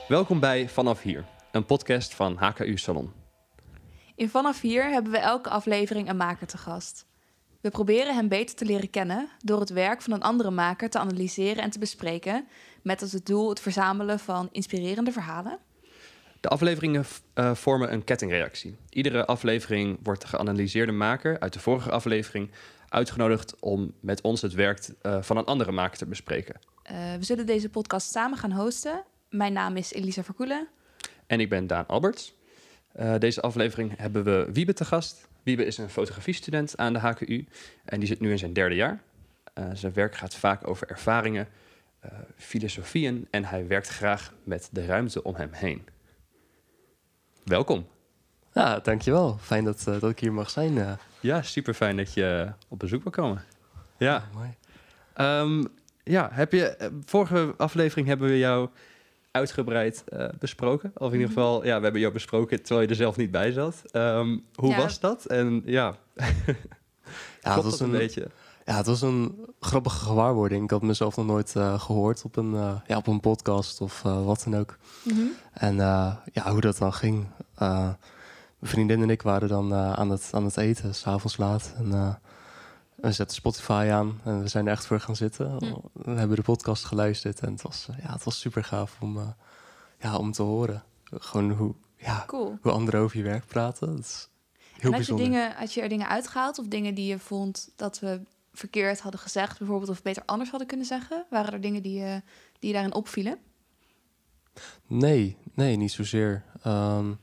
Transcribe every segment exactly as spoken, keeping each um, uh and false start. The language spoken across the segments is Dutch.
Welkom bij Vanaf Hier, een podcast van H K U Salon. In Vanaf Hier hebben we elke aflevering een maker te gast. We proberen hem beter te leren kennen door het werk van een andere maker te analyseren en te bespreken, met als het doel het verzamelen van inspirerende verhalen. De afleveringen uh, vormen een kettingreactie. Iedere aflevering wordt de geanalyseerde maker uit de vorige aflevering uitgenodigd om met ons het werk uh, van een andere maker te bespreken. Uh, we zullen deze podcast samen gaan hosten. Mijn naam is Elisa Verkoelen. En ik ben Daan Alberts. Uh, deze aflevering hebben we Wiebe te gast. Wiebe is een fotografiestudent aan de H K U en die zit nu in zijn derde jaar. Uh, zijn werk gaat vaak over ervaringen, uh, filosofieën en hij werkt graag met de ruimte om hem heen. Welkom. Ja, dankjewel. Fijn dat, uh, dat ik hier mag zijn. Uh. Ja, super fijn dat je op bezoek wil komen. Ja, ja mooi. Um, ja, heb je, vorige aflevering hebben we jou uitgebreid uh, besproken. Of in ieder geval, ja, we hebben jou besproken terwijl je er zelf niet bij zat. Um, hoe ja. was dat? En ja, ja het was een, een beetje. Ja, het was een grappige gewaarwording. Ik had mezelf nog nooit uh, gehoord op een, uh, ja, op een podcast of uh, wat dan ook. Mm-hmm. En uh, ja, hoe dat dan ging. Uh, mijn vriendin en ik waren dan uh, aan, het, aan het eten, 's avonds laat. En uh, we zetten Spotify aan en we zijn er echt voor gaan zitten. Mm. We hebben de podcast geluisterd en het was, uh, ja, het was super gaaf om, uh, ja, om te horen. Gewoon hoe, ja, cool. hoe anderen over je werk praten. Dat is heel en had bijzonder. Je, dingen, had je er dingen uitgehaald of dingen die je vond dat we verkeerd hadden gezegd, bijvoorbeeld, of beter anders hadden kunnen zeggen? Waren er dingen die, uh, die je daarin opvielen? Nee, nee, niet zozeer. Um,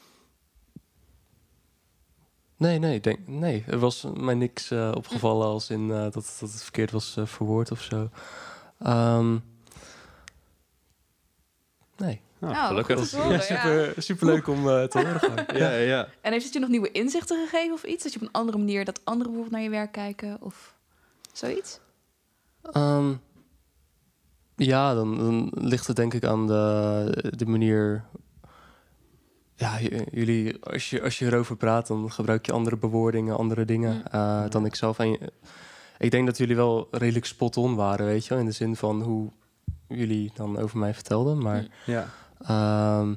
nee, nee, denk, nee, er was mij niks uh, opgevallen als in uh, dat, dat het verkeerd was uh, verwoord of zo. Um, nee. Oh, nou, gelukkig. goed te horen, ja, super, ja. super leuk om uh, te horen gaan. Ja, ja, ja. En heeft het je nog nieuwe inzichten gegeven of iets? Dat je op een andere manier, dat anderen bijvoorbeeld naar je werk kijken of zoiets? Um, ja, dan, dan ligt het denk ik aan de, de manier. Ja, j- jullie, als je, als je erover praat, dan gebruik je andere bewoordingen, andere dingen uh, Ja. dan ik zelf. En je, ik denk dat jullie wel redelijk spot-on waren, weet je wel, in de zin van hoe jullie dan over mij vertelden. Maar Ja. um,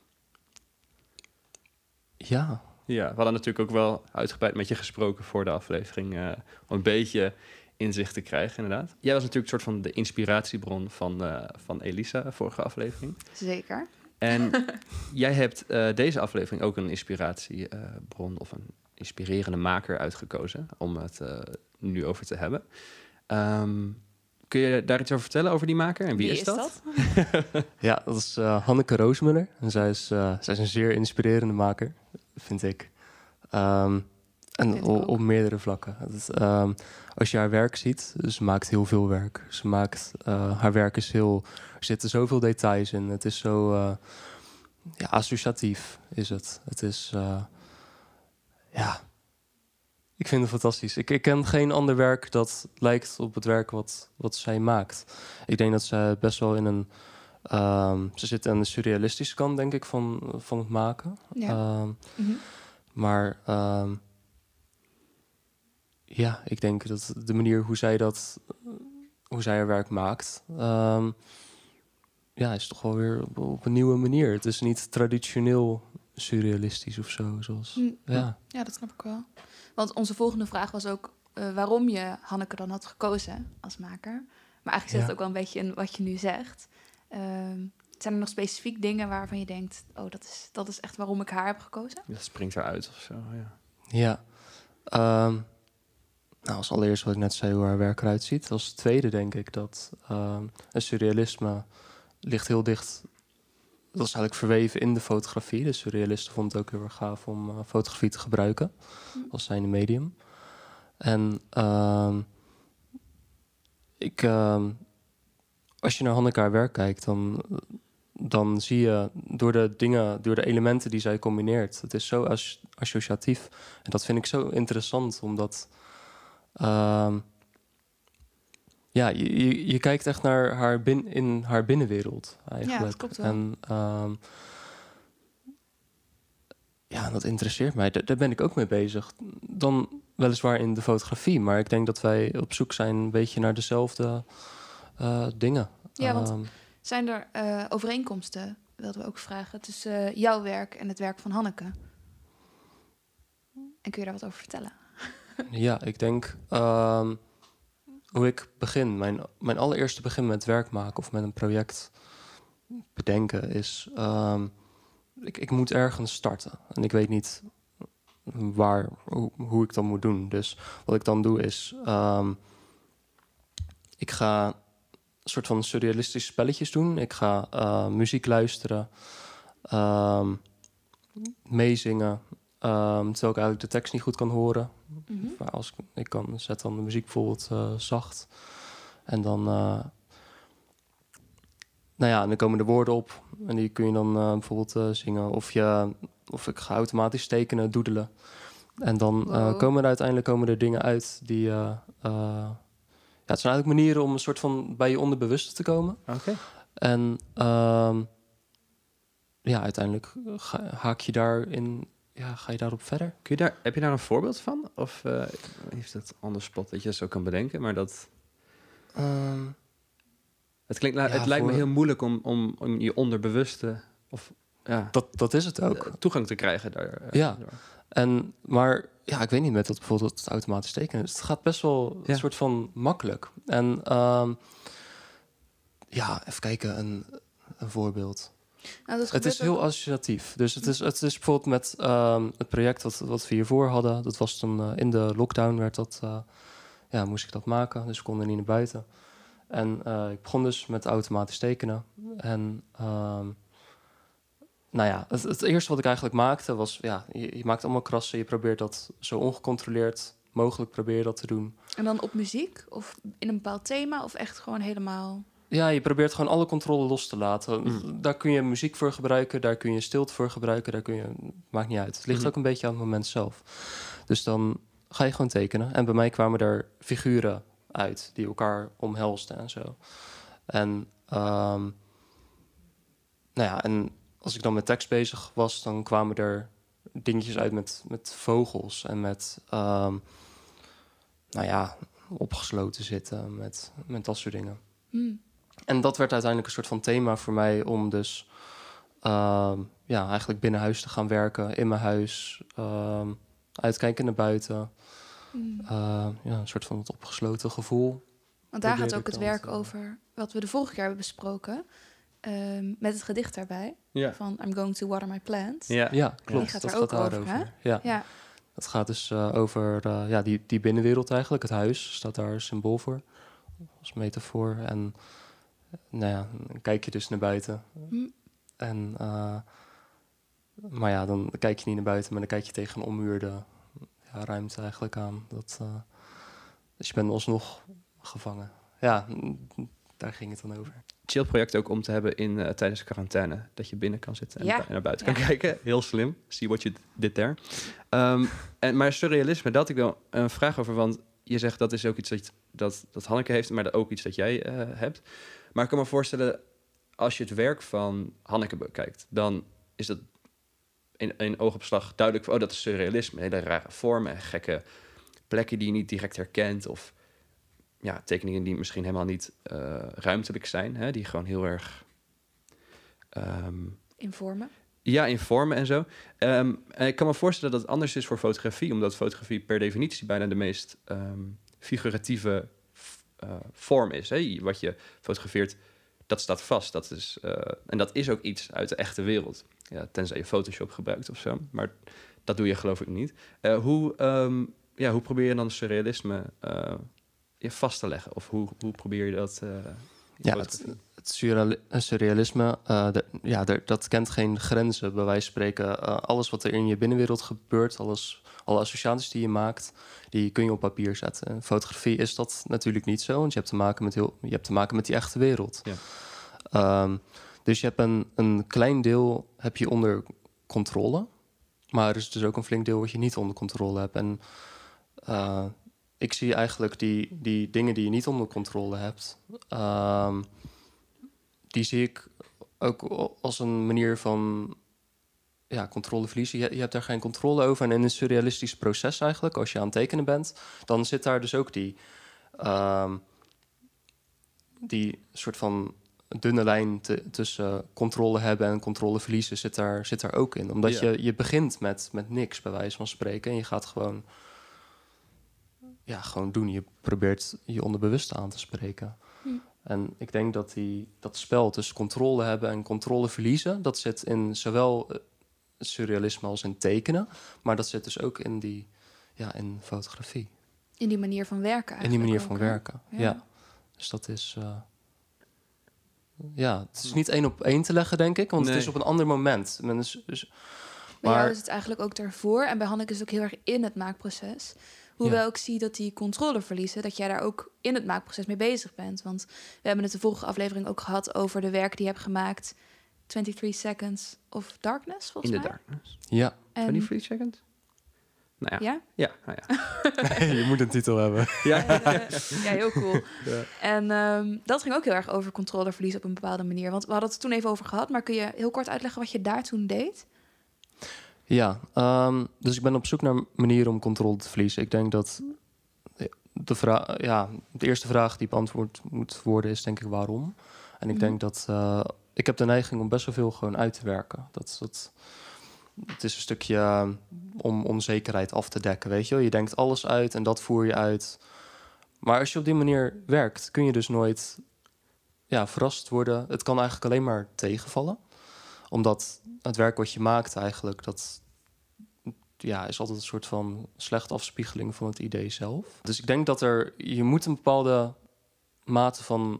ja. Ja, we hadden natuurlijk ook wel uitgebreid met je gesproken voor de aflevering, uh, om een beetje inzicht te krijgen, inderdaad. Jij was natuurlijk een soort van de inspiratiebron van, uh, van Elisa, vorige aflevering. Zeker. En jij hebt uh, deze aflevering ook een inspiratiebron uh, of een inspirerende maker uitgekozen om het uh, nu over te hebben. Um, kun je daar iets over vertellen, over die maker? En wie, wie is, is dat? dat? Ja, dat is uh, Hanneke Roosmuller. En zij is, uh, zij is een zeer inspirerende maker, vind ik. Um, en vind o- ik op meerdere vlakken. Het, um, als je haar werk ziet, ze maakt heel veel werk. Ze maakt, uh, haar werk is heel... Er zitten zoveel details in. Het is zo uh, ja, associatief, is het. Het is... Uh, ja... Ik vind het fantastisch. Ik, ik ken geen ander werk dat lijkt op het werk wat, wat zij maakt. Ik denk dat ze best wel in een... Um, ze zit aan de surrealistische kant, denk ik, van, van het maken. Ja. Um, Mm-hmm. maar um, ja, ik denk dat de manier hoe zij dat... hoe zij haar werk maakt... Um, ja, is toch wel weer op, op een nieuwe manier. Het is niet traditioneel surrealistisch of zo. Zoals, Mm. ja. Ja, dat snap ik wel. Want onze volgende vraag was ook uh, waarom je Hanneke dan had gekozen als maker. Maar eigenlijk zit Ja. het ook wel een beetje in wat je nu zegt. Um, zijn er nog specifiek dingen waarvan je denkt... oh, dat is, dat is echt waarom ik haar heb gekozen? Dat springt eruit of zo, ja. Ja. Um, nou, als allereerst wat ik net zei, hoe haar werk eruit ziet. Als tweede denk ik dat um, het surrealisme ligt heel dicht... Dat is eigenlijk verweven in de fotografie. De surrealisten vonden het ook heel erg gaaf om uh, fotografie te gebruiken als zijnde medium. En uh, ik, uh, als je naar Hanneke haar werk kijkt, dan, dan zie je door de dingen, door de elementen die zij combineert. Het is zo as- associatief. En dat vind ik zo interessant, omdat... Uh, Ja, je, je, je kijkt echt naar haar bin, in haar binnenwereld eigenlijk. Ja, dat klopt wel. En um, ja, dat interesseert mij. Daar, daar ben ik ook mee bezig. Dan weliswaar in de fotografie, maar ik denk dat wij op zoek zijn een beetje naar dezelfde uh, dingen. Ja, want Um, zijn er uh, overeenkomsten wilden we ook vragen tussen uh, jouw werk en het werk van Hanneke. En kun je daar wat over vertellen? Ja, ik denk um, hoe ik begin. Mijn, mijn allereerste begin met werk maken of met een project bedenken is... Um, ik, ik moet ergens starten. En ik weet niet waar, hoe, hoe ik dat moet doen. Dus wat ik dan doe is... Um, ik ga een soort van surrealistische spelletjes doen. Ik ga uh, muziek luisteren. Um, meezingen. Um, terwijl ik eigenlijk de tekst niet goed kan horen. Mm-hmm. Als ik, ik kan zet dan de muziek bijvoorbeeld uh, zacht. En dan... Uh, nou ja, en dan komen de woorden op. En die kun je dan uh, bijvoorbeeld uh, zingen. Of, je, of ik ga automatisch tekenen, doedelen. En dan uh, wow. komen er uiteindelijk komen er dingen uit die... Uh, uh, ja, het zijn eigenlijk manieren om een soort van bij je onderbewuste te komen. Oké. Okay. En uh, ja, uiteindelijk ga, haak je daarin... Ja, ga je daarop verder? Kun je daar, heb je daar een voorbeeld van? Of uh, heeft het anders spot dat je dat zo kan bedenken? Maar dat... Um, het klinkt, ja, het lijkt voor... me heel moeilijk om, om, om je onderbewuste... Of, ja, dat, dat is het ook. Toegang te krijgen daar. Uh, ja, door. En, maar ja, ik weet niet met dat bijvoorbeeld het automatisch tekenen. Het gaat best wel ja. een soort van makkelijk. En um, ja, even kijken, een, een voorbeeld... Nou, dat het is heel ook... associatief. Dus het is, het is bijvoorbeeld met um, het project wat, wat we hiervoor hadden. Dat was toen uh, in de lockdown werd dat, uh, ja, moest ik dat maken. Dus we konden niet naar buiten. En uh, ik begon dus met automatisch tekenen. En um, nou ja, het, het eerste wat ik eigenlijk maakte was... Ja, je, je maakt allemaal krassen. Je probeert dat zo ongecontroleerd mogelijk probeer je dat te doen. En dan op muziek? Of in een bepaald thema? Of echt gewoon helemaal... Ja, je probeert gewoon alle controle los te laten. Mm. Daar kun je muziek voor gebruiken, daar kun je stilte voor gebruiken, daar kun je... Maakt niet uit. Het ligt mm. ook een beetje aan het moment zelf. Dus dan ga je gewoon tekenen. En bij mij kwamen er figuren uit die elkaar omhelsten en zo. En, um, nou ja, en als ik dan met tekst bezig was, dan kwamen er dingetjes uit met, met vogels en met... Um, nou ja, opgesloten zitten, met, met dat soort dingen. Mm. En dat werd uiteindelijk een soort van thema voor mij om dus uh, ja, eigenlijk binnen huis te gaan werken, in mijn huis, uh, uitkijken naar buiten. Mm. Uh, ja, een soort van het opgesloten gevoel. Want daar gaat ook het werk uh, over wat we de vorige keer hebben besproken, uh, met het gedicht daarbij, yeah. van I'm going to water my plants. Yeah. Ja, klopt. Die gaat dat daar ook gaat over, over. Hè? Ja. ja. Dat gaat dus uh, over uh, ja, die, die binnenwereld eigenlijk. Het huis staat daar symbool voor, als metafoor. En nou ja, dan kijk je dus naar buiten. Hm. En, uh, maar ja, dan kijk je niet naar buiten, maar dan kijk je tegen een ommuurde ja, ruimte eigenlijk aan. Dat, uh, dus je bent alsnog gevangen. Ja, daar ging het dan over. Chill project ook om te hebben in uh, tijdens de quarantaine. Dat je binnen kan zitten en ja. naar buiten ja. kan kijken. Heel slim. See what you did there. Um, en, maar surrealisme, dat ik wel een vraag over. Want je zegt dat is ook iets dat, dat, dat Hanneke heeft, maar dat ook iets dat jij uh, hebt. Maar ik kan me voorstellen, als je het werk van Hanneke bekijkt, dan is dat in een oogopslag duidelijk, oh, dat is surrealisme. Hele rare vormen en gekke plekken die je niet direct herkent. Of ja, tekeningen die misschien helemaal niet uh, ruimtelijk zijn. Hè, die gewoon heel erg... Um, in vormen? Ja, in vormen en zo. Um, en ik kan me voorstellen dat het anders is voor fotografie, omdat fotografie per definitie bijna de meest um, figuratieve uh, vorm is. Hè? Wat je fotografeert, dat staat vast. Dat is, uh, en dat is ook iets uit de echte wereld. Ja, tenzij je Photoshop gebruikt of zo. Maar dat doe je geloof ik niet. Uh, hoe, um, ja, hoe probeer je dan surrealisme uh, vast te leggen? Of hoe, hoe probeer je dat... Uh, ja, het, het surrealisme, uh, de, ja, de, dat kent geen grenzen. Bij wijze van spreken, uh, alles wat er in je binnenwereld gebeurt, alles, alle associaties die je maakt, die kun je op papier zetten. In fotografie is dat natuurlijk niet zo, want je hebt te maken met, heel, je hebt te maken met die echte wereld. Ja. Um, dus je hebt een, een klein deel heb je onder controle, maar er is dus ook een flink deel wat je niet onder controle hebt. En uh, ik zie eigenlijk die, die dingen die je niet onder controle hebt, um, die zie ik ook als een manier van ja, controle verliezen. Je, je hebt daar geen controle over. En in een surrealistisch proces eigenlijk, als je aan het tekenen bent, dan zit daar dus ook die, um, die soort van dunne lijn te, tussen controle hebben en controle verliezen zit daar, zit daar ook in. Omdat Ja. je, je begint met, met niks, bij wijze van spreken. En je gaat gewoon, ja, gewoon doen. Je probeert je onderbewuste aan te spreken. Hm. En ik denk dat die, dat spel tussen controle hebben en controle verliezen... dat zit in zowel eh, surrealisme als in tekenen. Maar dat zit dus ook in die, ja, in fotografie. In die manier van werken In die manier eigenlijk van ook, hè? werken, ja. Ja. Dus dat is... Uh, ja, het is niet één op één te leggen, denk ik. Want Nee. het is op een ander moment. Men is, dus, Bij jou maar is het eigenlijk ook daarvoor. En bij Hanneke is het ook heel erg in het maakproces. Hoewel Ja. ik zie dat die controle verliezen... dat jij daar ook in het maakproces mee bezig bent. Want we hebben het de vorige aflevering ook gehad... over de werk die je hebt gemaakt... twenty-three Seconds of Darkness, In volgens the mij. darkness. ja, En, twenty-three seconds? Nou ja. ja? Ja, nou ja. je moet een titel hebben. ja. Eh, ja, heel cool. Ja. En ehm, dat ging ook heel erg over controleverlies op een bepaalde manier. Want we hadden het er toen even over gehad. Maar kun je heel kort uitleggen wat je daar toen deed? Ja, um, dus ik ben op zoek naar manieren om controle te verliezen. Ik denk dat de, vra- ja, de eerste vraag die beantwoord moet worden is denk ik waarom. En ik Mhm. denk dat... Uh, ik heb de neiging om best wel veel gewoon uit te werken. Dat, dat, het is een stukje uh, om onzekerheid af te dekken, weet je wel. Je denkt alles uit en dat voer je uit. Maar als je op die manier werkt, kun je dus nooit ja, verrast worden. Het kan eigenlijk alleen maar tegenvallen. Omdat het werk wat je maakt eigenlijk... dat ja, is altijd een soort van slechte afspiegeling van het idee zelf. Dus ik denk dat er... Je moet een bepaalde mate van...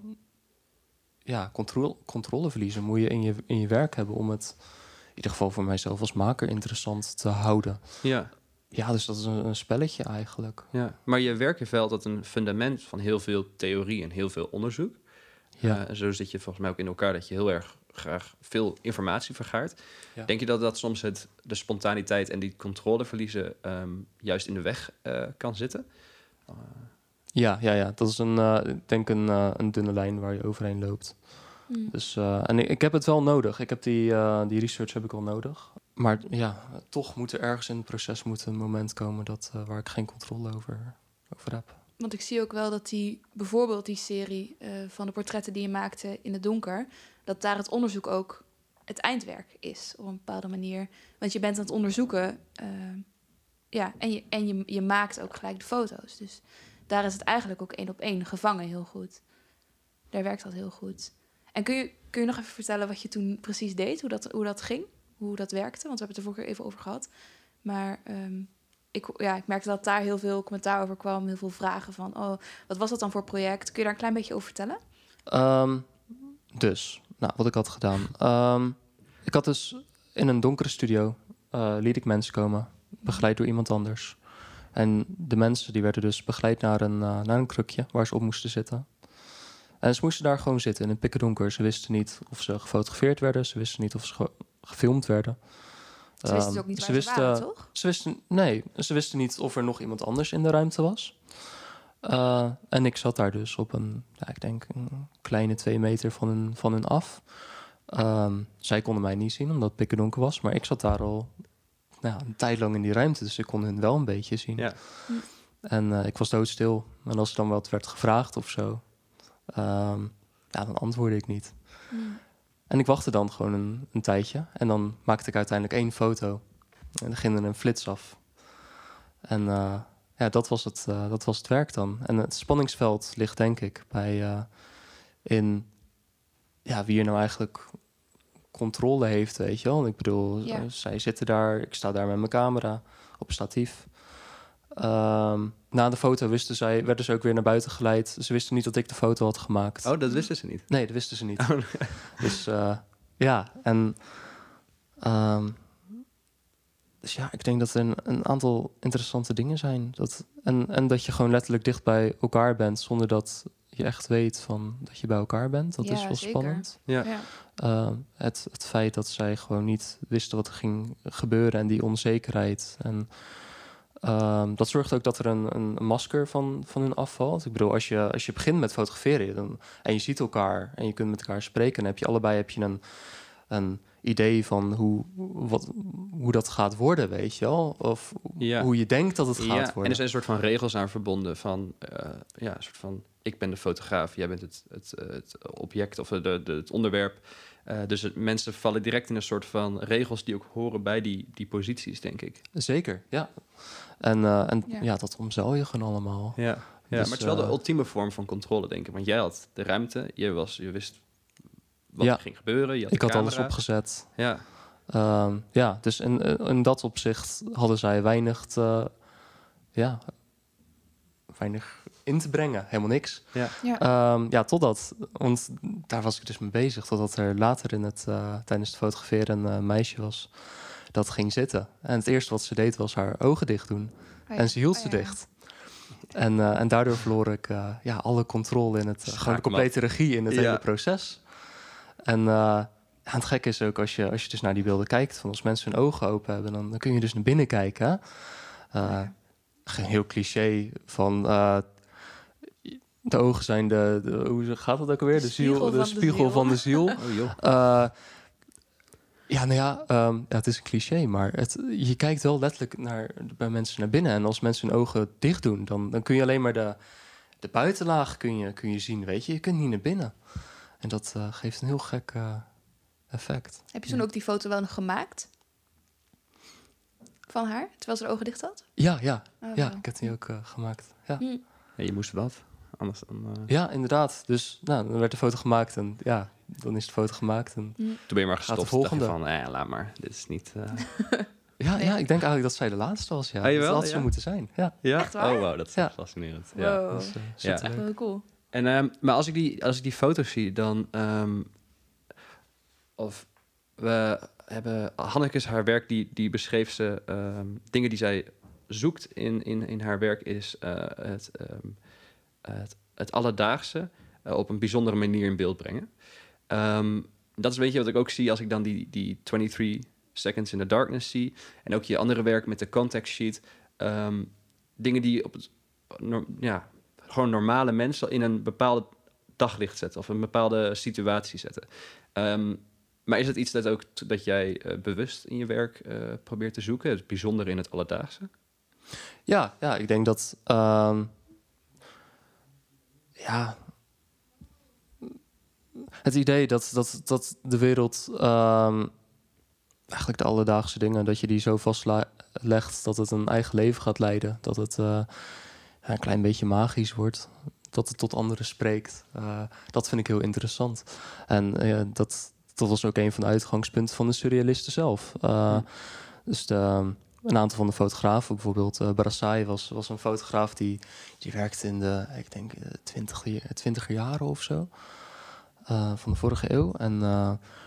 ja, controle, controle verliezen moet je in, je in je werk hebben... om het, in ieder geval voor mijzelf als maker, interessant te houden. Ja. Ja, dus dat is een, een spelletje eigenlijk. Ja, maar je werk heeft wel altijd een fundament van heel veel theorie en heel veel onderzoek. Ja. Uh, zo zit je volgens mij ook in elkaar dat je heel erg graag veel informatie vergaart. Ja. Denk je dat dat soms het, de spontaniteit en die controleverliezen um, juist in de weg uh, kan zitten? Uh. Ja, ja, ja, dat is een, uh, ik denk een, uh, een dunne lijn waar je overheen loopt. Hmm. Dus, uh, en ik, ik heb het wel nodig. Ik heb die, uh, die research heb ik wel nodig. Maar ja, toch moet er ergens in het proces moet een moment komen dat, uh, waar ik geen controle over, over heb. Want ik zie ook wel dat die, bijvoorbeeld die serie uh, van de portretten die je maakte in het donker... dat daar het onderzoek ook het eindwerk is op een bepaalde manier. Want je bent aan het onderzoeken uh, ja, en, je, en je, je maakt ook gelijk de foto's. Dus daar is het eigenlijk ook één op één gevangen heel goed. Daar werkt dat heel goed. En kun je, kun je nog even vertellen wat je toen precies deed? Hoe dat, hoe dat ging? Hoe dat werkte? Want we hebben het er vorige keer even over gehad. Maar um, ik, ja, ik merkte dat daar heel veel commentaar over kwam. Heel veel vragen van, oh, wat was dat dan voor project? Kun je daar een klein beetje over vertellen? Um, dus, nou, wat ik had gedaan. Um, ik had dus in een donkere studio, uh, liet ik mensen komen. Begeleid door iemand anders. En de mensen die werden dus begeleid naar een, uh, naar een krukje waar ze op moesten zitten. En ze moesten daar gewoon zitten in het pikkerdonker. Ze wisten niet of ze gefotografeerd werden. Ze wisten niet of ze ge- gefilmd werden. Ze wisten um, ook niet waar ze, ze wisten, waren, toch? Ze wisten, nee, ze wisten niet of er nog iemand anders in de ruimte was. Uh, en ik zat daar dus op een, ja, ik denk een kleine twee meter van hun, van hun af. Um, zij konden mij niet zien, omdat het pikkerdonker was. Maar ik zat daar al nou, een tijd lang in die ruimte, dus ik kon hun wel een beetje zien. Ja. Hm. En uh, ik was doodstil. En als er dan wat werd gevraagd of zo, um, ja, dan antwoordde ik niet. Hm. En ik wachtte dan gewoon een, een tijdje. En dan maakte ik uiteindelijk één foto. En dan ging er een flits af. En uh, ja, dat was, het, uh, dat was het werk dan. En het spanningsveld ligt denk ik bij uh, in ja, wie er nou eigenlijk controle heeft, weet je wel. Ik bedoel, Ja. uh, zij zitten daar, ik sta daar met mijn camera op statief. Um, na de foto wisten zij, werden ze ook weer naar buiten geleid. Ze wisten niet dat ik de foto had gemaakt. Oh, dat wisten ze niet? Nee, dat wisten ze niet. Oh. Dus uh, ja, en... Um, dus ja, ik denk dat er een, een aantal interessante dingen zijn. Dat, en, en dat je gewoon letterlijk dicht bij elkaar bent... zonder dat je echt weet van dat je bij elkaar bent. Dat Ja, is wel zeker. spannend. Ja. Ja. Uh, het, het feit dat zij gewoon niet wisten wat er ging gebeuren... en die onzekerheid. En um, dat zorgt ook dat er een, een masker van, van hun afvalt. Ik bedoel, als je, als je begint met fotograferen... Dan, en je ziet elkaar en je kunt met elkaar spreken... dan heb je allebei heb je een... een idee van hoe, wat, hoe dat gaat worden, weet je wel? Of Ja. hoe je denkt dat het gaat Ja, worden. en er zijn een soort van regels aan verbonden van, uh, ja, een soort van, ik ben de fotograaf, jij bent het, het, het object of de, de, het onderwerp. Uh, dus het, mensen vallen direct in een soort van regels die ook horen bij die, die posities, denk ik. Zeker, ja. En, uh, en ja. Ja. dat omzeil je gewoon allemaal. Ja, ja Dus, maar het is wel de uh, ultieme vorm van controle, denk ik. Want jij had de ruimte, je, was, je wist wat Ja. er ging gebeuren. Je had Ik de had camera. alles opgezet. Ja, Um, ja, dus in, in dat opzicht hadden zij weinig te, ja, weinig in te brengen. Helemaal niks. ja. Ja. Um, ja, totdat, want daar was ik dus mee bezig, totdat er later in het, uh, tijdens het fotograferen een uh, meisje was dat ging zitten. En het eerste wat ze deed was haar ogen dicht doen. Oh ja. En ze hield Oh ze ja. dicht. En, uh, en daardoor verloor ik uh, ja, alle controle in het, uh, gewoon de complete regie in het Ja. hele proces. En uh, ja, het gekke is ook, als je, als je dus naar die beelden kijkt, van als mensen hun ogen open hebben, dan, dan kun je dus naar binnen kijken. Hè? Uh, Ja. Geen heel cliché van uh, de ogen zijn de, de, hoe gaat dat ook alweer? De, ziel, spiegel de van de spiegel ziel. van de ziel. Oh joh. Uh, ja, nou ja, um, ja, het is een cliché, maar het, je kijkt wel letterlijk naar, bij mensen naar binnen. En als mensen hun ogen dicht doen, dan, dan kun je alleen maar de, de buitenlaag kun je, kun je zien, weet je. Je kunt niet naar binnen. En dat uh, geeft een heel gek uh, effect. Heb je toen ja. ook die foto wel nog gemaakt? Van haar, terwijl ze de ogen dicht had? Ja, ja, Oh, ja, zo. ik heb die ook uh, gemaakt. Ja. Hm. Ja, je moest wat. Anders dan... Uh... ja, inderdaad. Dus nou, dan werd de foto gemaakt en ja, dan is de foto gemaakt. En, Hm. Toen ben je maar Gaat de gestopt. Dacht je volgende. van, eh, laat maar. Dit is niet... Uh... ja, Nee. ja, ik denk eigenlijk dat zij de laatste was. Ja. Ah, jawel? Dat had Ja. zo moeten zijn. Ja. Ja? Echt waar? Oh, wow, dat is Ja. fascinerend. Ja. Wow. Dat is, uh, Ja. superleuk. Echt wel cool. En, um, maar als ik, die, als ik die foto's zie, dan... Um, of we hebben... Hannekes, haar werk, die, die beschreef ze... Um, dingen die zij zoekt in, in, in haar werk is uh, het, um, het, het alledaagse uh, op een bijzondere manier in beeld brengen. Um, dat is een beetje wat ik ook zie als ik dan die, die twenty-three Seconds in the Darkness zie. En ook je andere werk met de context sheet. Um, dingen die op het... No, ja, gewoon normale mensen in een bepaalde daglicht zetten of een bepaalde situatie zetten. Um, maar is het iets dat ook t- dat jij uh, bewust in je werk uh, probeert te zoeken? Het bijzondere in het alledaagse? Ja, ja, ik denk dat... Um, ja... Het idee dat, dat, dat de wereld... Um, eigenlijk de alledaagse dingen... dat je die zo vastlegt dat het een eigen leven gaat leiden. Dat het uh, een klein beetje magisch wordt. Dat het tot anderen spreekt. Uh, dat vind ik heel interessant. En uh, dat, dat was ook een van de uitgangspunten van de surrealisten zelf. Uh, Ja. Dus de... Een aantal van de fotografen, bijvoorbeeld uh, Brassai was, was een fotograaf die, die werkte in de, ik denk, twintiger jaren of zo, uh, van de vorige eeuw. En uh,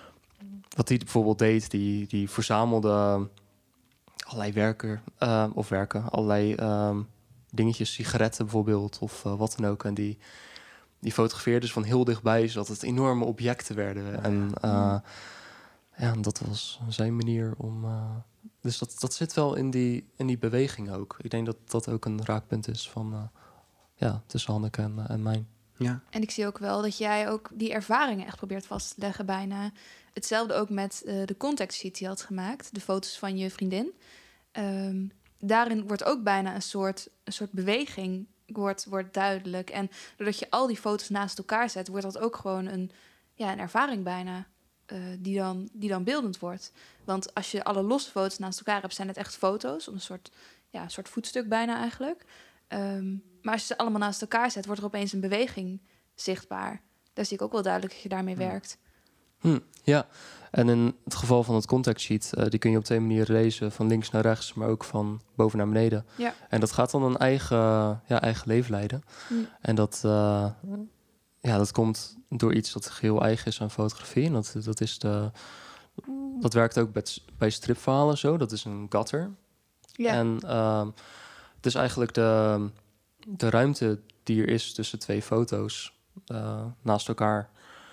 wat hij bijvoorbeeld deed, die, die verzamelde allerlei werken, uh, of werken, allerlei uh, dingetjes, sigaretten bijvoorbeeld, of uh, wat dan ook. En die, die fotografeerde dus van heel dichtbij, zodat het enorme objecten werden. Ja. En uh, ja, dat was zijn manier om... Uh, Dus dat, dat zit wel in die, in die beweging ook. Ik denk dat dat ook een raakpunt is van, uh, ja, tussen Hanneke en, uh, en mij. Ja. En ik zie ook wel dat jij ook die ervaringen echt probeert vast te leggen bijna. Hetzelfde ook met uh, de context sheet die je had gemaakt. De foto's van je vriendin. Um, daarin wordt ook bijna een soort, een soort beweging wordt, wordt duidelijk. En doordat je al die foto's naast elkaar zet, wordt dat ook gewoon een, ja, een ervaring bijna. Uh, die, dan, die dan beeldend wordt. Want als je alle losse foto's naast elkaar hebt, zijn het echt foto's. Een soort, ja, een soort voetstuk bijna eigenlijk. Um, maar als je ze allemaal naast elkaar zet, wordt er opeens een beweging zichtbaar. Daar zie ik ook wel duidelijk dat je daarmee Ja. werkt. Hm, ja, en in het geval van het contact sheet, uh, die kun je op twee manieren lezen. Van links naar rechts, maar ook van boven naar beneden. Ja. En dat gaat dan een eigen, ja, eigen leven leiden. Hm. En dat... Uh, Ja, dat komt door iets dat geheel eigen is aan fotografie. En dat, dat, is de, dat werkt ook bij, bij stripverhalen zo. Dat is een gutter. Ja. En uh, het is eigenlijk de, de ruimte die er is tussen twee foto's uh, naast elkaar.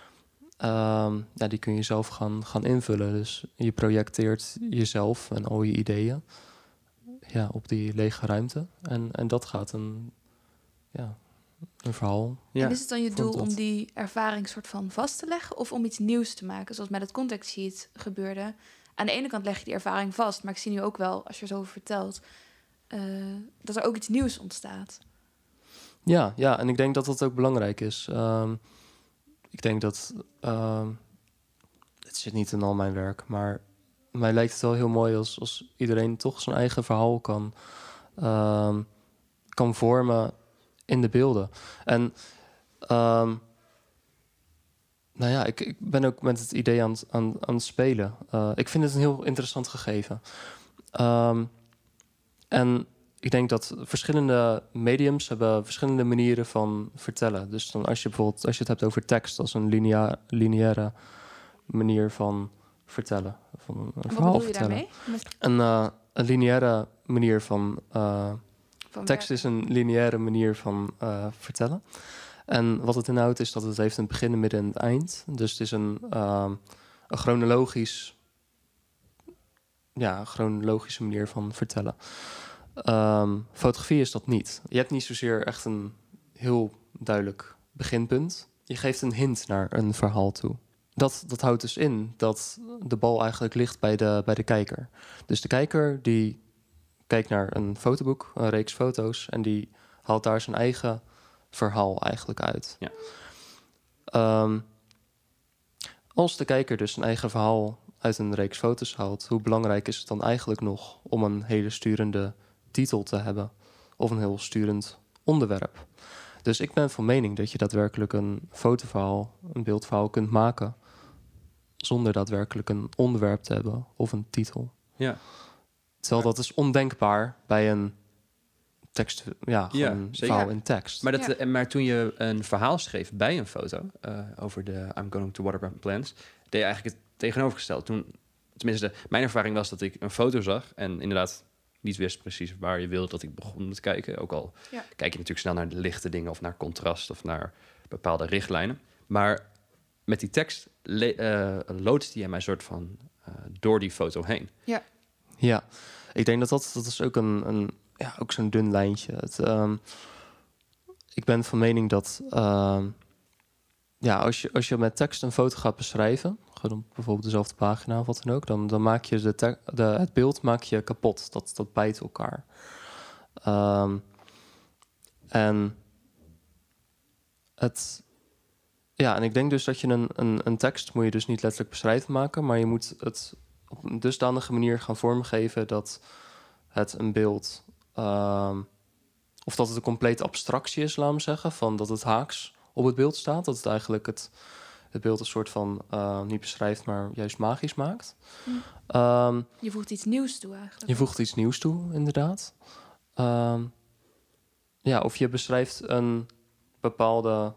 Uh, ja, die kun je zelf gaan, gaan invullen. Dus je projecteert jezelf en al je ideeën ja, op die lege ruimte. En, en dat gaat een... Ja, een verhaal. Ja. En is het dan je vond doel dat. om die ervaring soort van vast te leggen of om iets nieuws te maken, zoals met het contact sheet gebeurde? Aan de ene kant leg je die ervaring vast, maar ik zie nu ook wel, als je er zo over vertelt, uh, dat er ook iets nieuws ontstaat. Ja, ja, en ik denk dat dat ook belangrijk is. Um, ik denk dat... Um, het zit niet in al mijn werk, maar mij lijkt het wel heel mooi als, als iedereen toch zijn eigen verhaal kan, um, kan vormen in de beelden. En um, nou ja, ik, ik ben ook met het idee aan, aan, aan het spelen. Uh, ik vind het een heel interessant gegeven. Um, en ik denk dat verschillende mediums hebben verschillende manieren van vertellen. Dus dan als je bijvoorbeeld, als je het hebt over tekst als een linea, lineaire manier van vertellen. Van een En verhaal wat bedoel je vertellen. daarmee? Met, Een, uh, een lineaire manier van... Uh, van tekst werken? is een lineaire manier van uh, vertellen. En wat het inhoudt is dat het heeft een begin, een midden en het eind. Dus het is een, uh, een chronologisch... Ja, een chronologische manier van vertellen. Um, fotografie is dat niet. Je hebt niet zozeer echt een heel duidelijk beginpunt. Je geeft een hint naar een verhaal toe. Dat, dat houdt dus in dat de bal eigenlijk ligt bij de, bij de kijker. Dus de kijker die kijkt naar een fotoboek, een reeks foto's, en die haalt daar zijn eigen verhaal eigenlijk uit. Ja. Um, als de kijker dus zijn eigen verhaal uit een reeks foto's haalt, hoe belangrijk is het dan eigenlijk nog om een hele sturende titel te hebben of een heel sturend onderwerp? Dus ik ben van mening dat je daadwerkelijk een fotoverhaal, een beeldverhaal kunt maken zonder daadwerkelijk een onderwerp te hebben of een titel. Ja. Terwijl dat is ondenkbaar bij een tekst, ja, Ja, gewoon een zeker. verhaal in tekst. Maar, dat, Ja. eh, maar toen je een verhaal schreef bij een foto uh, over de I'm going to water plants, deed je eigenlijk het tegenovergestelde. Toen, tenminste, mijn ervaring was dat ik een foto zag en inderdaad niet wist precies waar je wilde dat ik begon te kijken. Ook al Ja. kijk je natuurlijk snel naar de lichte dingen of naar contrast of naar bepaalde richtlijnen. Maar met die tekst le- uh, loodste je mij een soort van uh, door die foto heen. Ja. Ja, ik denk dat dat, dat is ook een, een ja, ook zo'n dun lijntje. Het, um, ik ben van mening dat um, ja, als je, als je met tekst een foto gaat beschrijven, gewoon op bijvoorbeeld dezelfde pagina of wat dan ook, dan, dan maak je de te- de, het beeld maak je kapot. Dat, dat bijt elkaar. Um, en het ja, en ik denk dus dat je een, een, een tekst moet je dus niet letterlijk beschrijven maken, maar je moet het op een dusdanige manier gaan vormgeven dat het een beeld, um, of dat het een complete abstractie is, laat me zeggen, van dat het haaks op het beeld staat, dat het eigenlijk het, het beeld een soort van uh, niet beschrijft, maar juist magisch maakt. Mm. Um, Je voegt iets nieuws toe eigenlijk. je voegt iets nieuws toe, inderdaad. Um, ja, of je beschrijft een bepaalde...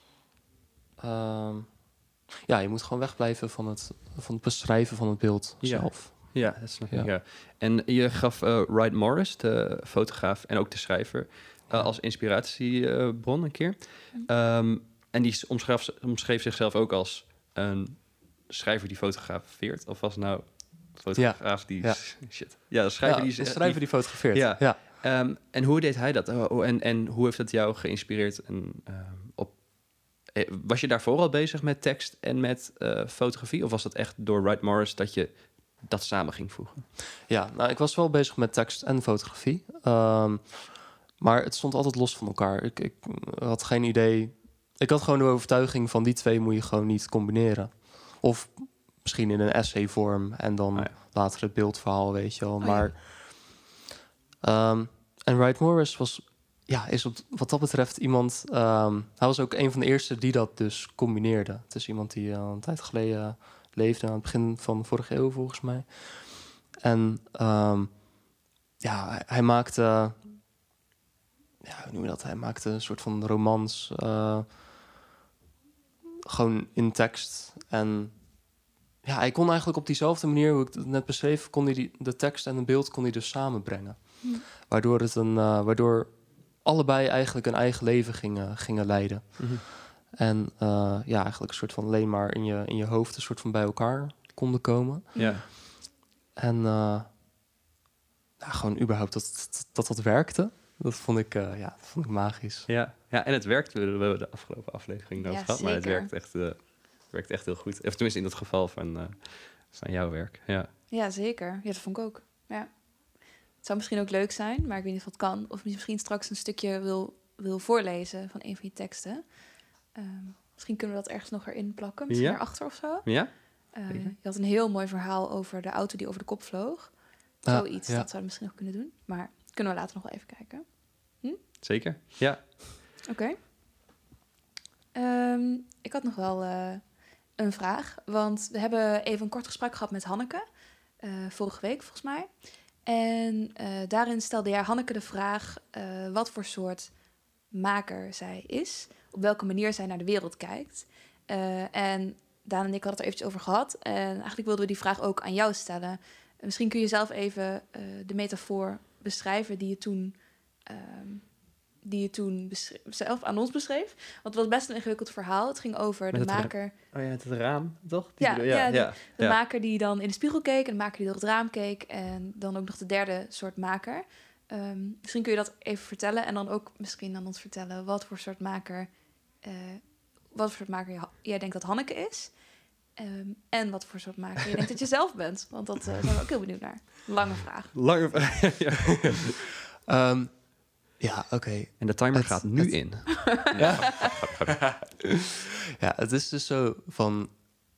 Um, ja, je moet gewoon wegblijven van het, van het beschrijven van het beeld Ja. zelf. Ja, dat snap ik. Ja. Ja. En je gaf uh, Wright Morris, de fotograaf en ook de schrijver, uh, Ja. als inspiratiebron uh, een keer. Um, en die omschreef, omschreef zichzelf ook als een schrijver die fotografeert. Of was het nou fotograaf Ja. die... Ja. Shit. Ja, de schrijver Ja, die... de schrijver die fotografeert. Ja. Ja. Um, en hoe deed hij dat? Uh, en, en hoe heeft dat jou geïnspireerd? En, um, op, eh, was je daarvoor al bezig met tekst en met uh, fotografie? Of was dat echt door Wright Morris dat je dat samen ging voegen? Ja, nou, ik was wel bezig met tekst en fotografie. Um, maar het stond altijd los van elkaar. Ik, ik had geen idee... Ik had gewoon de overtuiging van die twee moet je gewoon niet combineren. Of misschien in een essayvorm en dan Oh ja. later het beeldverhaal, weet je wel. Oh ja. maar... Um, en Wright Morris was... Ja, is op, wat dat betreft iemand... Um, hij was ook een van de eerste die dat dus combineerde. Het is iemand die uh, een tijd geleden leefde, aan het begin van de vorige eeuw volgens mij. En um, ja, hij, hij maakte... Ja, hoe noem je dat? Hij maakte een soort van romans... Uh, gewoon in tekst. En ja, hij kon eigenlijk op diezelfde manier, hoe ik het net beschreef, kon hij die, de tekst en het beeld kon hij dus samenbrengen. Hm. Waardoor het een, uh, waardoor allebei eigenlijk een eigen leven gingen, gingen leiden. Mm-hmm. En uh, ja, eigenlijk een soort van alleen maar in je, in je hoofd een soort van bij elkaar konden komen. Ja. En uh, nou, gewoon überhaupt dat dat, dat dat werkte. Dat vond ik, uh, ja, dat vond ik magisch. Ja. ja, en het werkt. We hebben de afgelopen aflevering nooit Ja, gehad, maar het zeker. werkt echt, uh, werkt echt heel goed. Of tenminste in dat geval van, uh, van jouw werk. Ja. Ja, zeker. Ja, dat vond ik ook. Ja. Het zou misschien ook leuk zijn, maar ik weet niet of het kan. Of je misschien straks een stukje wil, wil voorlezen van een van je teksten. Um, misschien kunnen we dat ergens nog erin plakken. Misschien Ja. erachter of zo. Ja? Uh, je had een heel mooi verhaal over de auto die over de kop vloog. Ah, Zoiets, ja. dat zouden we misschien nog kunnen doen. Maar kunnen we later nog wel even kijken. Hm? Zeker, ja. Oké. Okay. Um, ik had nog wel uh, een vraag. Want we hebben even een kort gesprek gehad met Hanneke. Uh, vorige week, volgens mij. En uh, daarin stelde jij Hanneke de vraag uh, wat voor soort maker zij is. Op welke manier zij naar de wereld kijkt. Uh, en Daan en ik hadden het er eventjes over gehad. En eigenlijk wilden we die vraag ook aan jou stellen. Misschien kun je zelf even uh, de metafoor beschrijven die je toen, uh, die je toen beschreef, zelf aan ons beschreef. Want het was best een ingewikkeld verhaal. Het ging over Met de het maker... Ra- oh ja, het raam, toch? Die Ja, bedoel- ja, ja, de, ja, de ja. maker die dan in de spiegel keek... en de maker die door het raam keek... en dan ook nog de derde soort maker. Um, misschien kun je dat even vertellen... en dan ook misschien aan ons vertellen... wat voor soort maker... Uh, wat voor soort maker jij denkt dat Hanneke is... Um, en wat voor soort maker je denkt dat je zelf bent. Want dat uh, zijn we ook heel benieuwd naar. Lange vraag. Lange vraag, ja. um, ja, oké. Okay. En de timer het, gaat nu het, in. Ja. ja, het is dus zo van...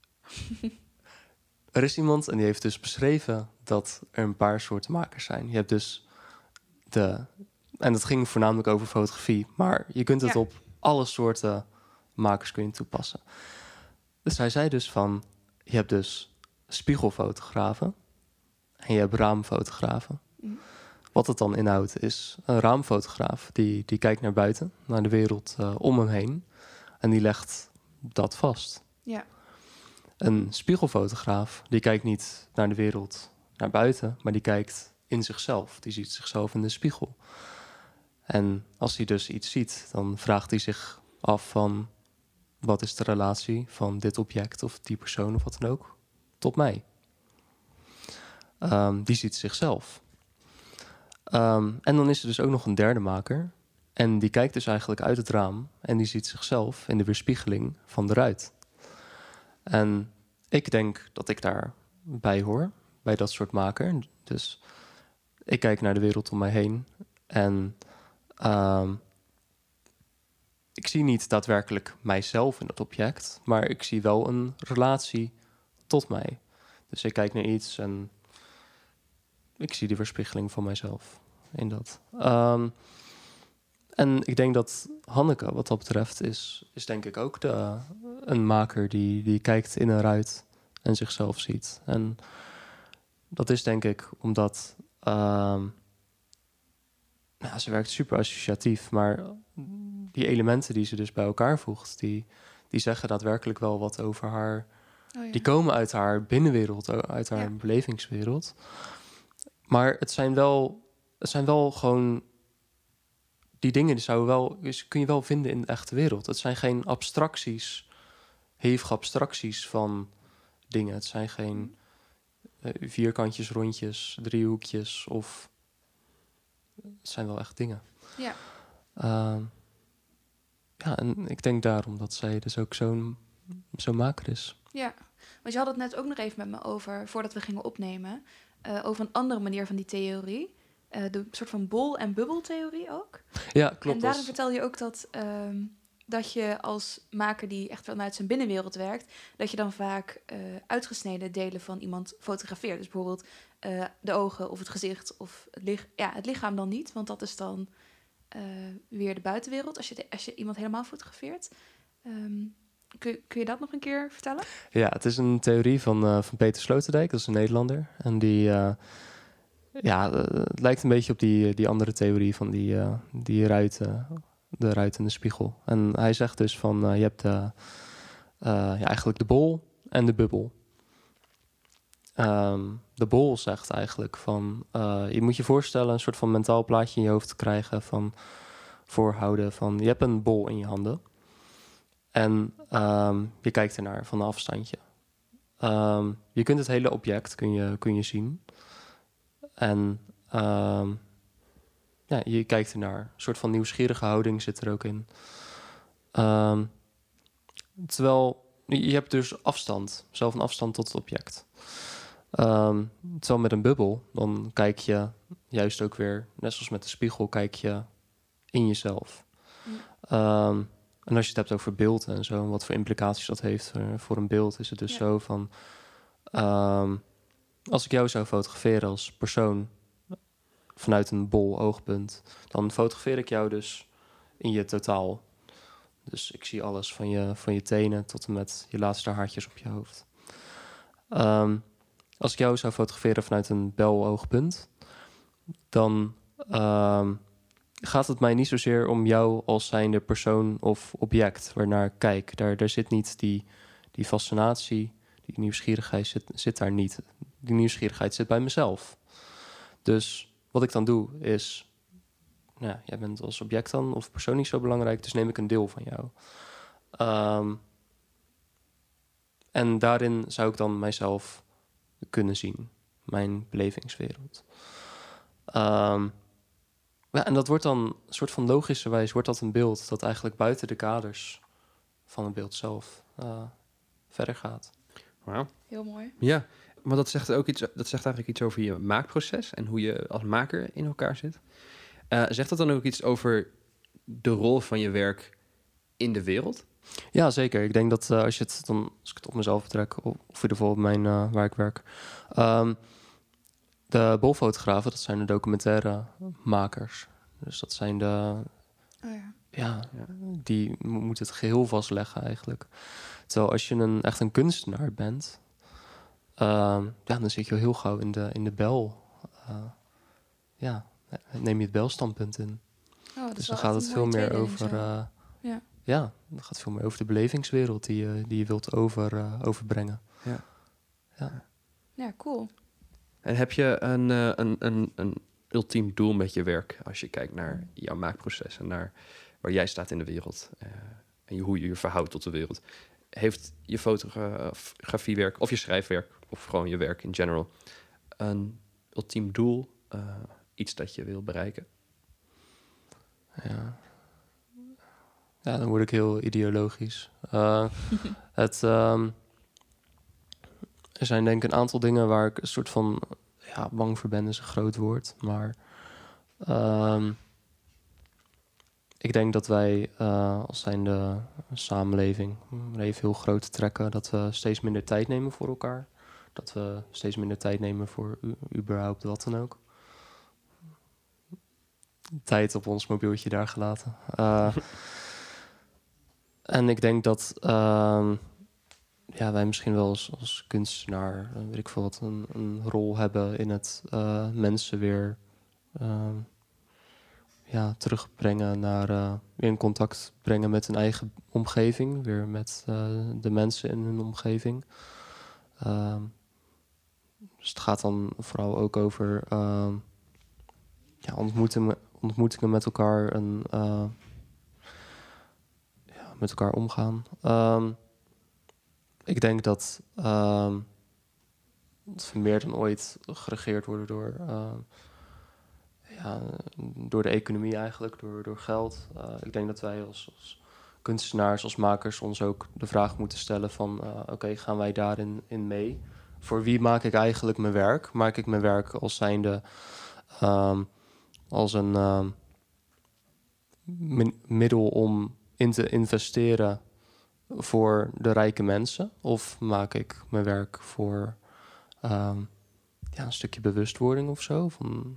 Er is iemand en die heeft dus beschreven dat er een paar soorten makers zijn. Je hebt dus de... En dat ging voornamelijk over fotografie. Maar je kunt het ja. op alle soorten makers kun je toepassen. Dus hij zei dus van... Je hebt dus spiegelfotografen. En je hebt raamfotografen. Mm. Wat het dan inhoudt is een raamfotograaf... die, die kijkt naar buiten, naar de wereld uh, om hem heen. En die legt dat vast. Ja. Een spiegelfotograaf, die kijkt niet naar de wereld naar buiten... maar die kijkt in zichzelf. Die ziet zichzelf in de spiegel. En als hij dus iets ziet, dan vraagt hij zich af van... wat is de relatie van dit object of die persoon of wat dan ook tot mij? Um, die ziet zichzelf. Um, en dan is er dus ook nog een derde maker. En die kijkt dus eigenlijk uit het raam... en die ziet zichzelf in de weerspiegeling van de ruit. En ik denk dat ik daarbij hoor, bij dat soort maker. Dus ik kijk naar de wereld om mij heen... en um, ik zie niet daadwerkelijk mijzelf in dat object... maar ik zie wel een relatie tot mij. Dus ik kijk naar iets en ik zie de weerspiegeling van mijzelf in dat. Um, en ik denk dat Hanneke, wat dat betreft, is, is denk ik ook de, uh, een maker... Die, die kijkt in een ruit en zichzelf ziet. En dat is denk ik omdat... Um, ja, ze werkt super associatief, maar... die elementen die ze dus bij elkaar voegt... die, die zeggen daadwerkelijk wel wat over haar... Oh ja. Die komen uit haar binnenwereld, uit haar ja. belevingswereld. Maar het zijn wel, het zijn wel gewoon... die dingen die zouden wel, kun je wel vinden in de echte wereld. Het zijn geen abstracties, hevige abstracties van dingen. Het zijn geen uh, vierkantjes, rondjes, driehoekjes... of het zijn wel echt dingen. Ja. Uh, Ja, en ik denk daarom dat zij dus ook zo'n zo'n maker is. Ja, want je had het net ook nog even met me over... voordat we gingen opnemen... Uh, over een andere manier van die theorie. Uh, de soort van bol- en bubbeltheorie ook. Ja, klopt. En daarin als... vertel je ook dat... Um, dat je als maker die echt vanuit zijn binnenwereld werkt... dat je dan vaak uh, uitgesneden delen van iemand fotografeert. Dus bijvoorbeeld uh, de ogen of het gezicht of het, lich- ja, het lichaam dan niet. Want dat is dan... Uh, weer de buitenwereld, als je, de, als je iemand helemaal fotografeert. Um, kun, kun je dat nog een keer vertellen? Ja, het is een theorie van, uh, van Peter Sloterdijk, dat is een Nederlander. En die, uh, ja, uh, het lijkt een beetje op die, die andere theorie van die, uh, die ruiten, de ruit in de spiegel. En hij zegt dus van, uh, je hebt de, uh, ja, eigenlijk de bol en de bubbel. Um, de bol zegt eigenlijk van... Uh, je moet je voorstellen een soort van mentaal plaatje in je hoofd te krijgen... van voorhouden van... je hebt een bol in je handen. En um, je kijkt ernaar van een afstandje. Um, je kunt het hele object kun je, kun je zien. En um, ja, je kijkt ernaar. Een soort van nieuwsgierige houding zit er ook in. Um, terwijl je hebt dus afstand, zelf een afstand tot het object. Um, terwijl met een bubbel, dan kijk je juist ook weer, net zoals met de spiegel, kijk je in jezelf. Ja. Um, en als je het hebt over beeld en zo, en wat voor implicaties dat heeft uh, voor een beeld, is het dus ja. zo van... Um, als ik jou zou fotograferen als persoon vanuit een bol oogpunt, dan fotografeer ik jou dus in je totaal. Dus ik zie alles van je, van je tenen tot en met je laatste haartjes op je hoofd. Um, als ik jou zou fotograferen vanuit een bel-oogpunt, dan um, gaat het mij niet zozeer om jou als zijnde persoon of object waarnaar ik kijk. Daar, daar zit niet die, die fascinatie, die nieuwsgierigheid zit, zit daar niet. Die nieuwsgierigheid zit bij mezelf. Dus wat ik dan doe is, nou, jij bent als object dan of persoon niet zo belangrijk, dus neem ik een deel van jou. Um, en daarin zou ik dan mijzelf kunnen zien, mijn belevingswereld. Um, ja, en dat wordt dan een soort van logischerwijs wordt dat een beeld dat eigenlijk buiten de kaders van het beeld zelf uh, verder gaat. Wauw. Heel mooi. Ja, maar dat zegt ook iets. Dat zegt eigenlijk iets over je maakproces en hoe je als maker in elkaar zit. Uh, zegt dat dan ook iets over de rol van je werk in de wereld? Ja, zeker. Ik denk dat uh, als je het dan, als ik het op mezelf betrek, of, of in ieder geval op mijn uh, waar ik werk, um, de bolfotografen, dat zijn de documentaire makers. Dus dat zijn de, oh ja. Ja, ja, die moeten het geheel vastleggen eigenlijk. Terwijl als je een, echt een kunstenaar bent, uh, ja, dan zit je heel gauw in de, in de bel. Uh, ja, neem je het belstandpunt in. Oh, dus dan gaat het veel meer over... Uh, ja. ja, dan gaat het veel meer over de belevingswereld die je, die je wilt over, uh, overbrengen. Ja. Ja. Ja, cool. En heb je een, uh, een, een, een ultiem doel met je werk als je kijkt naar jouw maakproces en naar waar jij staat in de wereld uh, en je, hoe je je verhoudt tot de wereld? Heeft je fotografiewerk of je schrijfwerk of gewoon je werk in general een ultiem doel, uh, iets dat je wil bereiken? Ja. Ja, dan word ik heel ideologisch. Uh, het, um, er zijn denk ik een aantal dingen waar ik een soort van... Ja, bang voor ben is een groot woord. Maar um, ik denk dat wij uh, als zijnde samenleving... even heel groot te trekken, dat we steeds minder tijd nemen voor elkaar. Dat we steeds minder tijd nemen voor u, überhaupt wat dan ook. Tijd op ons mobieltje daar gelaten. Uh, En ik denk dat uh, ja, wij misschien wel als, als kunstenaar, weet ik veel wat, een, een rol hebben in het uh, mensen weer uh, ja, terugbrengen naar uh, weer in contact brengen met hun eigen omgeving, weer met uh, de mensen in hun omgeving. Uh, dus het gaat dan vooral ook over uh, ja, ontmoetingen, ontmoetingen met elkaar en uh, met elkaar omgaan. Um, ik denk dat um, we meer dan ooit geregeerd worden door, uh, ja, door de economie eigenlijk, door, door geld. Uh, ik denk dat wij als, als kunstenaars, als makers ons ook de vraag moeten stellen van uh, oké, okay, gaan wij daarin in mee? Voor wie maak ik eigenlijk mijn werk? Maak ik mijn werk als zijnde um, als een um, min- middel om in te investeren voor de rijke mensen? Of maak ik mijn werk voor um, ja, een stukje bewustwording of zo? Van,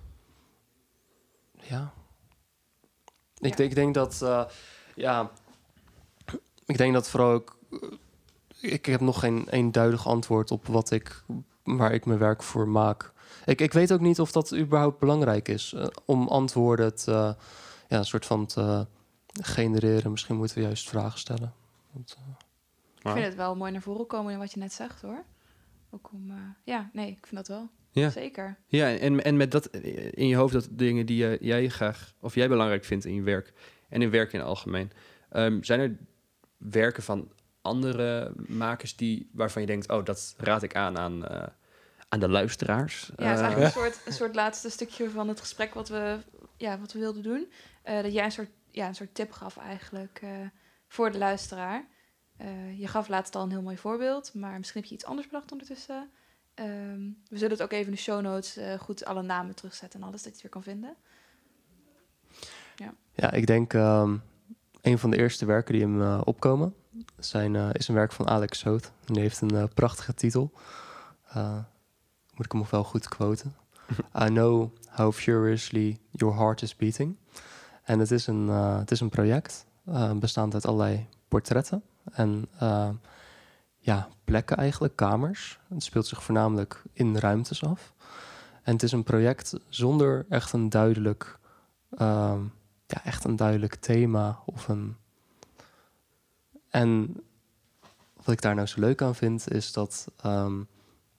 ja. Ik, Ja. denk, ik denk dat... Uh, ja, ik denk dat vooral ook... Ik heb nog geen eenduidig antwoord op wat ik, waar ik mijn werk voor maak. Ik, ik weet ook niet of dat überhaupt belangrijk is. Uh, om antwoorden te... Ja, een soort van te genereren. Misschien moeten we juist vragen stellen. Want, uh... Ik vind het wel mooi naar voren komen in wat je net zegt, hoor. Ook om... Uh, ja, nee, ik vind dat wel. Ja. Zeker. Ja, en, en met dat in je hoofd, dat dingen die uh, jij graag... of jij belangrijk vindt in je werk... en in werk in het algemeen... Um, zijn er werken van andere makers die, waarvan je denkt... oh, dat raad ik aan aan, uh, aan de luisteraars? Ja, het is Uh, eigenlijk een soort, een soort laatste stukje van het gesprek... wat we ja, wat we wilden doen. Uh, dat jij een soort, ja, een soort tip gaf eigenlijk uh, voor de luisteraar. Uh, je gaf laatst al een heel mooi voorbeeld, maar misschien heb je iets anders bedacht ondertussen. Um, we zullen het ook even in de show notes uh, goed alle namen terugzetten en alles, dat je het weer kan vinden. Ja, ja ik denk um, een van de eerste werken die hem uh, opkomen zijn, uh, is een werk van Alex Soth. En die heeft een uh, prachtige titel. Uh, moet ik hem nog wel goed quoten. I know how furiously your heart is beating. En het is een, uh, het is een project uh, bestaand uit allerlei portretten en uh, ja, plekken eigenlijk, kamers. Het speelt zich voornamelijk in ruimtes af. En het is een project zonder echt een duidelijk, uh, ja, echt een duidelijk thema of een. En wat ik daar nou zo leuk aan vind, is dat um,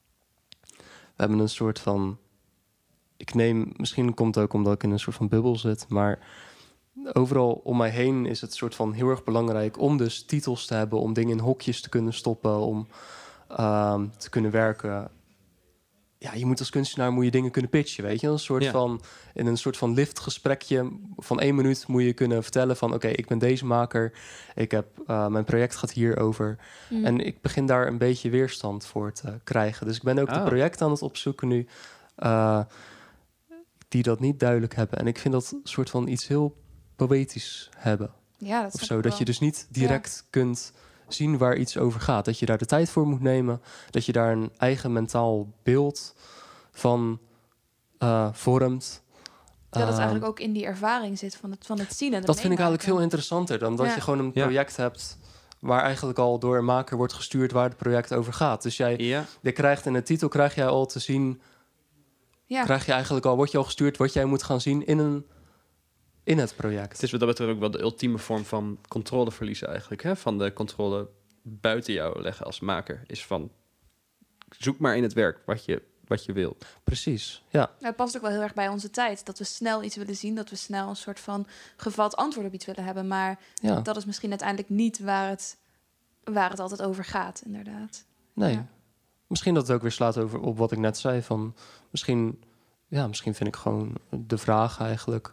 we hebben een soort van. Ik neem, misschien komt het ook omdat ik in een soort van bubbel zit, maar overal om mij heen is het soort van heel erg belangrijk om dus titels te hebben, om dingen in hokjes te kunnen stoppen, om uh, te kunnen werken. Ja, je moet als kunstenaar moet je dingen kunnen pitchen, weet je, een soort ja. van in een soort van liftgesprekje van één minuut moet je kunnen vertellen van, oké, okay, ik ben deze maker, ik heb uh, mijn project gaat hierover mm. en ik begin daar een beetje weerstand voor te krijgen. Dus ik ben ook oh. de projecten aan het opzoeken nu uh, die dat niet duidelijk hebben. En ik vind dat een soort van iets heel poëtisch hebben. Ja, dat of zo. Dat je dus niet direct ja. kunt zien waar iets over gaat. Dat je daar de tijd voor moet nemen. Dat je daar een eigen mentaal beeld van uh, vormt. Ja, dat uh, eigenlijk ook in die ervaring zit van het, van het zien en het Dat vind ik eigenlijk maken. veel interessanter dan dat ja. je gewoon een project ja. hebt waar eigenlijk al door een maker wordt gestuurd waar het project over gaat. Dus jij ja. je krijgt in de titel krijg jij al te zien. Ja. Krijg je eigenlijk al, word je al gestuurd wat jij moet gaan zien in een in het project. Het is wat dat betreft ook wel de ultieme vorm van controle verliezen eigenlijk. Hè? Van de controle buiten jou leggen als maker. Is van, zoek maar in het werk wat je, wat je wil. Precies, ja. Nou, het past ook wel heel erg bij onze tijd. Dat we snel iets willen zien. Dat we snel een soort van gevat antwoord op iets willen hebben. Maar ja. dat is misschien uiteindelijk niet waar het, waar het altijd over gaat, inderdaad. Nee. Ja. Misschien dat het ook weer slaat over op wat ik net zei. Van misschien, ja, misschien vind ik gewoon de vraag eigenlijk.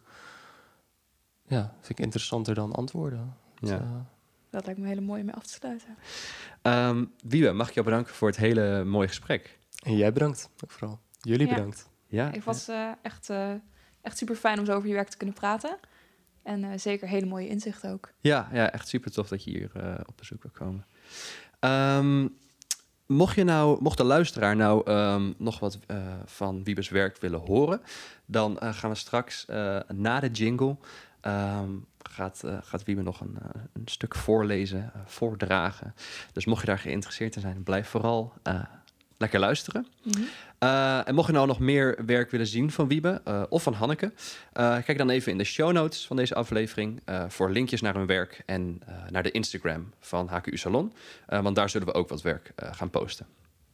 Ja, vind ik interessanter dan antwoorden. Ja. Dat, uh... dat lijkt me een hele mooie mee af te sluiten. Um, Wiebe, mag ik jou bedanken voor het hele mooie gesprek. En jij bedankt, ook vooral. Jullie ja. bedankt. Ja. Ik was uh, echt, uh, echt super fijn om zo over je werk te kunnen praten. En uh, zeker hele mooie inzichten ook. Ja, ja, echt super tof dat je hier uh, op bezoek wil komen. Um, Mocht, je nou, mocht de luisteraar nou um, nog wat uh, van Wiebes werk willen horen, dan uh, gaan we straks uh, na de jingle um, gaat, uh, gaat Wiebe nog een, uh, een stuk voorlezen, uh, voordragen. Dus mocht je daar geïnteresseerd in zijn, blijf vooral uh, lekker luisteren. Mm-hmm. Uh, en mocht je nou nog meer werk willen zien van Wiebe uh, of van Hanneke, uh, kijk dan even in de show notes van deze aflevering uh, voor linkjes naar hun werk en uh, naar de Instagram van H K U Salon. Uh, want daar zullen we ook wat werk uh, gaan posten.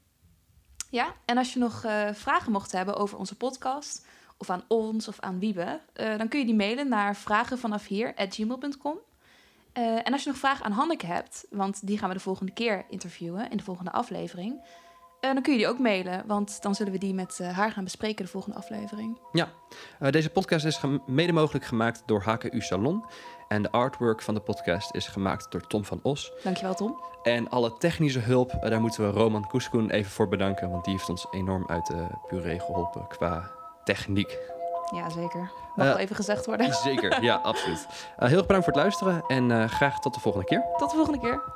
Ja, en als je nog uh, vragen mocht hebben over onze podcast of aan ons of aan Wiebe, uh, dan kun je die mailen naar vragenvanafhier at gmail dot com. Uh, en als je nog vragen aan Hanneke hebt, want die gaan we de volgende keer interviewen in de volgende aflevering. Uh, dan kun je die ook mailen, want dan zullen we die met uh, haar gaan bespreken de volgende aflevering. Ja, uh, deze podcast is gem- mede mogelijk gemaakt door H K U Salon. En de artwork van de podcast is gemaakt door Tom van Os. Dankjewel, Tom. En alle technische hulp, uh, daar moeten we Roman Koeskoen even voor bedanken. Want die heeft ons enorm uit de puree geholpen qua techniek. Ja, zeker. Mag uh, wel even gezegd worden. Zeker, ja, absoluut. Uh, heel erg bedankt voor het luisteren en uh, graag tot de volgende keer. Tot de volgende keer.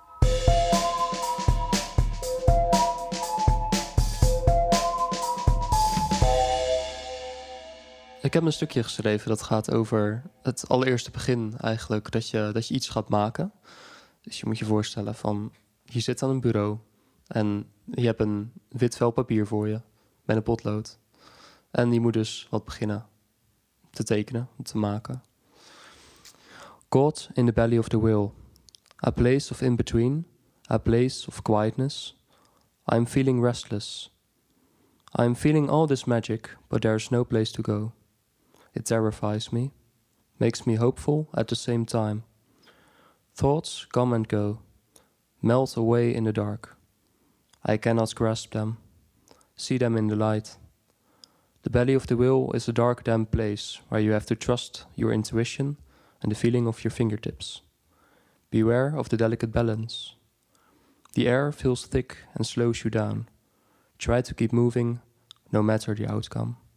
Ik heb een stukje geschreven dat gaat over het allereerste begin eigenlijk. Dat je, dat je iets gaat maken. Dus je moet je voorstellen van, je zit aan een bureau en je hebt een wit vel papier voor je met een potlood. En je moet dus wat beginnen te tekenen, te maken. Caught in the belly of the whale. A place of in-between. A place of quietness. I am feeling restless. I am feeling all this magic, but there is no place to go. It terrifies me, makes me hopeful at the same time. Thoughts come and go, melt away in the dark. I cannot grasp them, see them in the light. The belly of the whale is a dark, damp place where you have to trust your intuition and the feeling of your fingertips. Beware of the delicate balance. The air feels thick and slows you down. Try to keep moving, no matter the outcome.